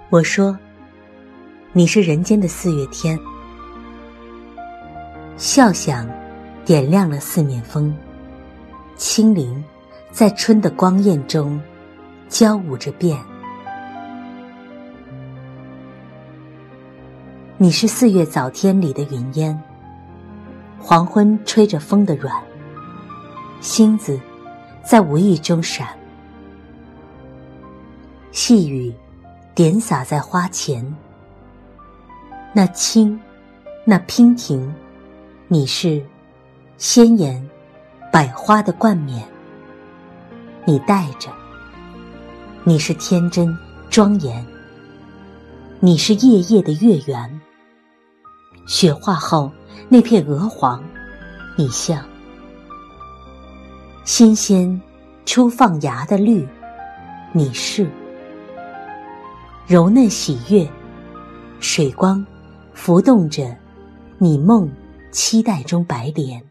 我说，你是人间的4月天，笑响点亮了四面风，清灵在春的光艳中交舞着变。你是4月早天里的云烟，黄昏吹着风的软，星子在无意中闪，细雨点洒在花前，那轻，那娉婷，你是鲜艳百花的冠冕，你戴着，你是天真庄严，你是夜夜的月圆，雪化后那片鹅黄，你像新鲜初放芽的绿，你是柔嫩喜悦，水光浮动着你梦期待中白莲。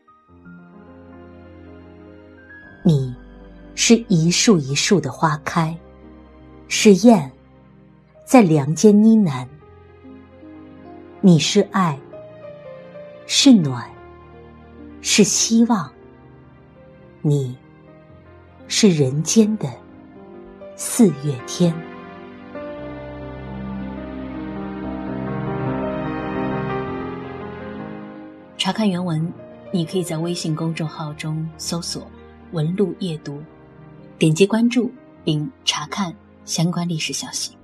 你是一树一树的花开，是燕在梁间呢喃，你是爱，是暖，是希望，你是人间的4月天。 查看原文，你可以在微信公众号中搜索文路夜读，点击关注并查看相关历史消息。